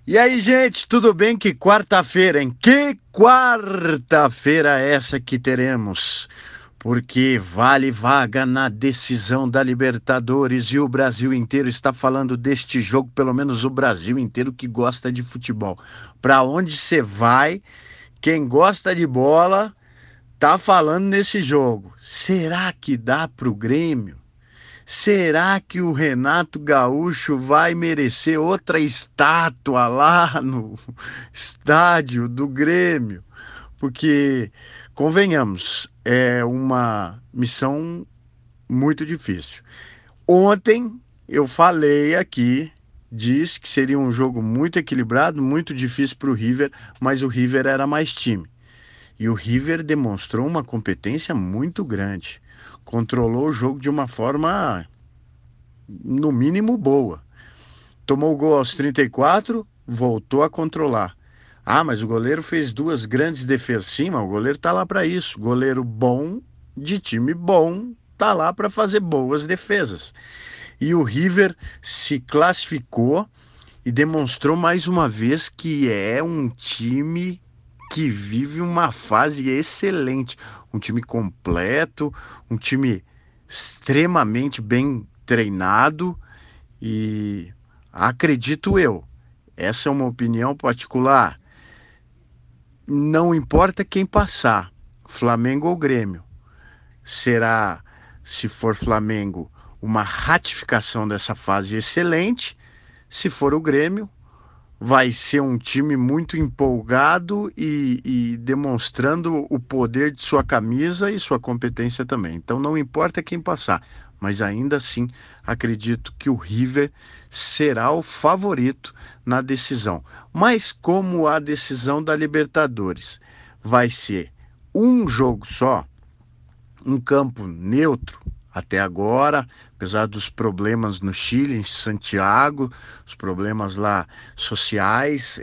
E aí, gente, tudo bem? Que quarta-feira, hein? Que quarta-feira é essa que teremos? Porque vale vaga na decisão da Libertadores e o Brasil inteiro está falando deste jogo, pelo menos o Brasil inteiro que gosta de futebol. Para onde você vai, quem gosta de bola tá falando nesse jogo. Será que dá pro Grêmio? Será que o Renato Gaúcho vai merecer outra estátua lá no estádio do Grêmio? Porque, convenhamos, é uma missão muito difícil. Ontem eu falei aqui, disse que seria um jogo muito equilibrado, muito difícil para o River, mas o River era mais time. E o River demonstrou uma competência muito grande. Controlou o jogo de uma forma no mínimo boa. Tomou o gol aos 34, voltou a controlar. Ah, mas o goleiro fez duas grandes defesas. Sim, mas o goleiro tá lá para isso. Goleiro bom, de time bom, tá lá para fazer boas defesas. E o River se classificou e demonstrou mais uma vez que é um time que vive uma fase excelente. Um time completo, um time extremamente bem treinado e acredito eu, essa é uma opinião particular, não importa quem passar, Flamengo ou Grêmio, será, se for Flamengo, uma ratificação dessa fase excelente, se for o Grêmio, vai ser um time muito empolgado e demonstrando o poder de sua camisa e sua competência também. Então não importa quem passar, mas ainda assim acredito que o River será o favorito na decisão. Mas como a decisão da Libertadores vai ser um jogo só, um campo neutro até agora, apesar dos problemas no Chile, em Santiago, os problemas lá sociais,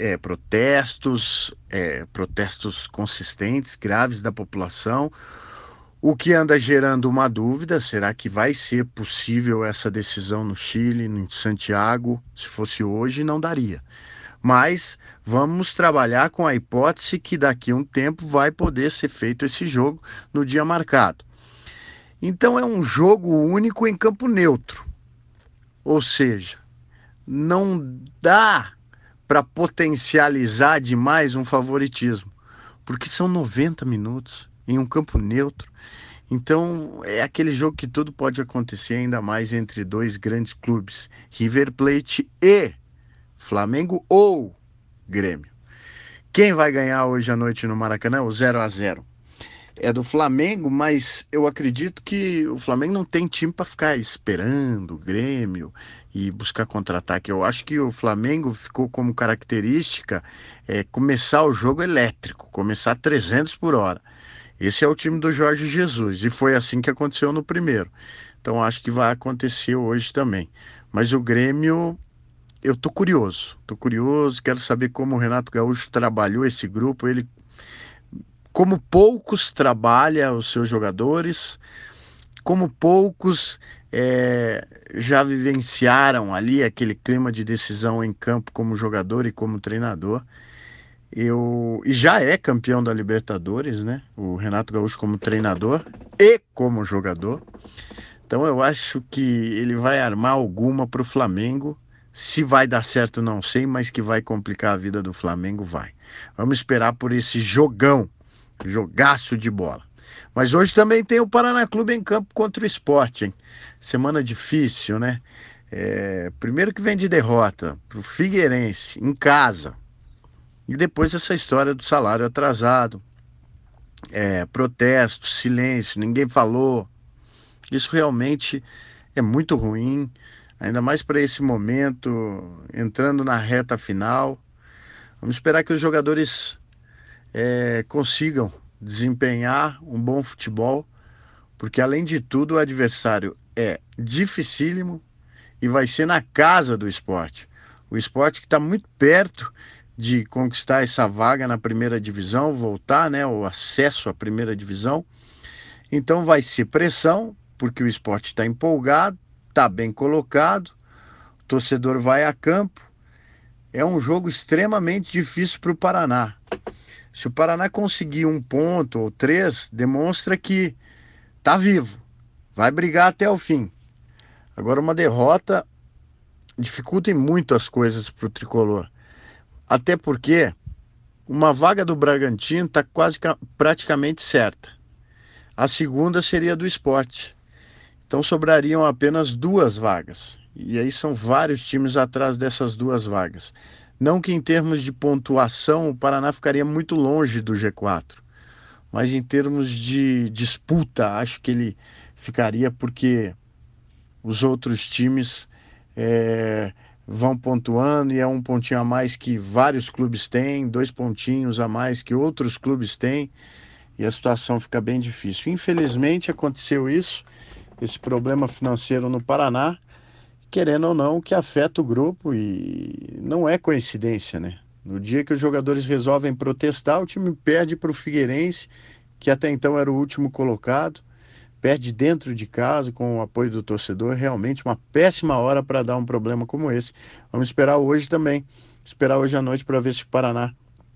protestos consistentes, graves da população, o que anda gerando uma dúvida, será que vai ser possível essa decisão no Chile, em Santiago? Se fosse hoje, não daria. Mas vamos trabalhar com a hipótese que daqui a um tempo vai poder ser feito esse jogo no dia marcado. Então é um jogo único em campo neutro, ou seja, não dá para potencializar demais um favoritismo, porque são 90 minutos em um campo neutro. Então é aquele jogo que tudo pode acontecer, ainda mais entre dois grandes clubes, River Plate e Flamengo ou Grêmio. Quem vai ganhar hoje à noite no Maracanã? O 0-0 é do Flamengo, mas eu acredito que o Flamengo não tem time para ficar esperando o Grêmio e buscar contra-ataque. Eu acho que o Flamengo ficou como característica começar o jogo elétrico, começar 300 por hora. Esse é o time do Jorge Jesus e foi assim que aconteceu no primeiro. Então acho que vai acontecer hoje também. Mas o Grêmio, eu tô curioso, quero saber como o Renato Gaúcho trabalhou esse grupo. Ele, como poucos, trabalha os seus jogadores, como poucos já vivenciaram ali aquele clima de decisão em campo como jogador e como treinador. E já é campeão da Libertadores, né? O Renato Gaúcho como treinador e como jogador. Então eu acho que ele vai armar alguma para o Flamengo. Se vai dar certo, não sei, mas que vai complicar a vida do Flamengo, vai. Vamos esperar por esse jogão, jogaço de bola. Mas hoje também tem o Paraná Clube em campo contra o Sport, hein? Semana difícil, né? Primeiro que vem de derrota pro Figueirense, em casa. E depois essa história do salário atrasado, protesto, silêncio, ninguém falou. Isso realmente é muito ruim, ainda mais para esse momento, entrando na reta final. Vamos esperar que os jogadores consigam desempenhar um bom futebol, porque além de tudo o adversário é dificílimo e vai ser na casa do Sport. O Sport que está muito perto de conquistar essa vaga na primeira divisão, voltar, né, o acesso à primeira divisão. Então vai ser pressão, porque o Sport está empolgado, está bem colocado, o torcedor vai a campo é um jogo extremamente difícil para o Paraná. Se o Paraná conseguir 1 ponto ou 3, demonstra que está vivo, vai brigar até o fim. Agora, uma derrota dificulta muito as coisas para o tricolor. Até porque uma vaga do Bragantino está praticamente certa. A segunda seria do Sport. Então sobrariam apenas 2 vagas. E aí são vários times atrás dessas 2 vagas. Não que em termos de pontuação o Paraná ficaria muito longe do G4, mas em termos de disputa, acho que ele ficaria, porque os outros times vão pontuando e é 1 pontinho a mais que vários clubes têm, 2 pontinhos a mais que outros clubes têm, e a situação fica bem difícil. Infelizmente aconteceu isso, esse problema financeiro no Paraná, querendo ou não, que afeta o grupo, e não é coincidência, né? No dia que os jogadores resolvem protestar, o time perde para o Figueirense, que até então era o último colocado, perde dentro de casa com o apoio do torcedor. Realmente uma péssima hora para dar um problema como esse. Vamos esperar hoje também, esperar hoje à noite para ver se o Paraná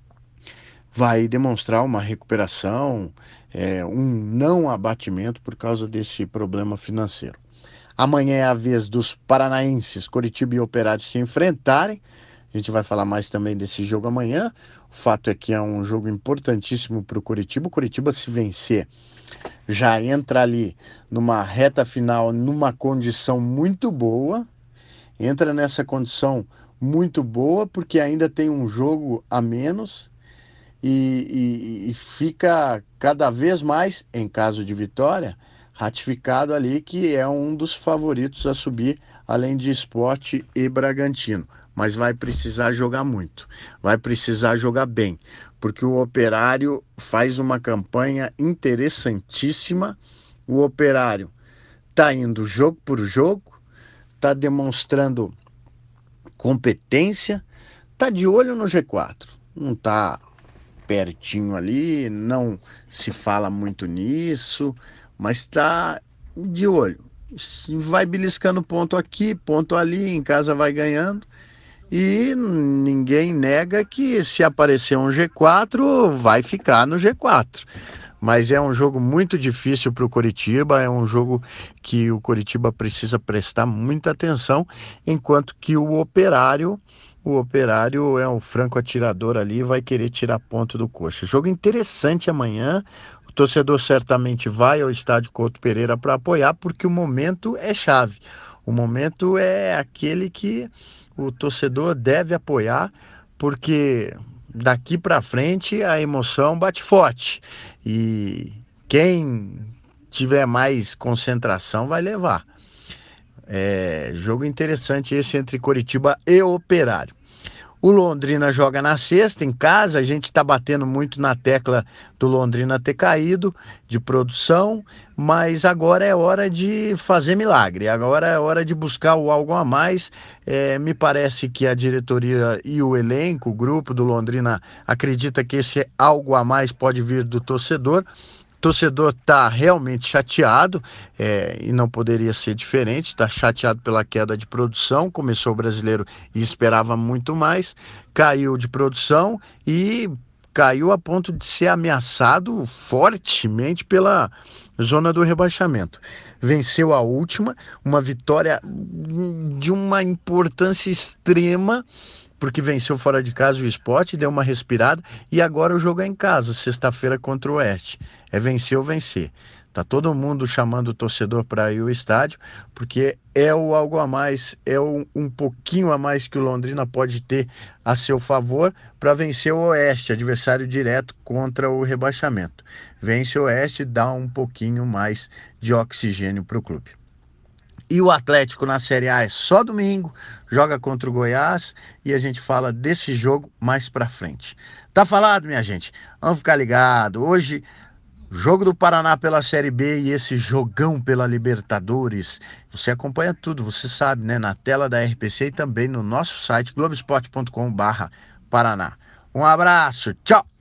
vai demonstrar uma recuperação, um não abatimento por causa desse problema financeiro. Amanhã é a vez dos paranaenses, Coritiba e Operário, se enfrentarem. A gente vai falar mais também desse jogo amanhã. O fato é que é um jogo importantíssimo para o Coritiba. O Coritiba, se vencer, já entra ali numa reta final, numa condição muito boa. Entra nessa condição muito boa porque ainda tem um jogo a menos e fica cada vez mais, em caso de vitória, ratificado ali que é um dos favoritos a subir, além de Sport e Bragantino. Mas vai precisar jogar muito, vai precisar jogar bem, porque o Operário faz uma campanha interessantíssima. O Operário está indo jogo por jogo, está demonstrando competência, está de olho no G4, não está pertinho ali, não se fala muito nisso, mas está de olho. Vai beliscando ponto aqui, ponto ali, em casa vai ganhando. E ninguém nega que se aparecer um G4, vai ficar no G4. Mas é um jogo muito difícil para o Coritiba, é um jogo que o Coritiba precisa prestar muita atenção, enquanto que o Operário é um franco atirador ali, vai querer tirar ponto do Coxa. Jogo interessante amanhã. O torcedor certamente vai ao estádio Couto Pereira para apoiar, porque o momento é chave. O momento é aquele que o torcedor deve apoiar, porque daqui para frente a emoção bate forte. E quem tiver mais concentração vai levar. Jogo interessante esse entre Coritiba e Operário. O Londrina joga na sexta, em casa. A gente está batendo muito na tecla do Londrina ter caído de produção, mas agora é hora de fazer milagre, agora é hora de buscar o algo a mais. Me parece que a diretoria e o elenco, o grupo do Londrina, acredita que esse algo a mais pode vir do torcedor. O torcedor está realmente chateado, e não poderia ser diferente, está chateado pela queda de produção. Começou o Brasileiro e esperava muito mais, caiu de produção e caiu a ponto de ser ameaçado fortemente pela zona do rebaixamento. Venceu a última, uma vitória de uma importância extrema, porque venceu fora de casa o Sport, deu uma respirada, e agora o jogo é em casa, sexta-feira contra o Oeste. É vencer ou vencer. Tá todo mundo chamando o torcedor para ir ao estádio, porque é o algo a mais, é um pouquinho a mais que o Londrina pode ter a seu favor para vencer o Oeste, adversário direto contra o rebaixamento. Vence o Oeste, dá um pouquinho mais de oxigênio para o clube. E o Atlético na Série A é só domingo, joga contra o Goiás, e a gente fala desse jogo mais pra frente. Tá falado, minha gente? Vamos ficar ligado. Hoje, jogo do Paraná pela Série B e esse jogão pela Libertadores. Você acompanha tudo, você sabe, né? Na tela da RPC e também no nosso site globesport.com/Paraná. Um abraço, tchau!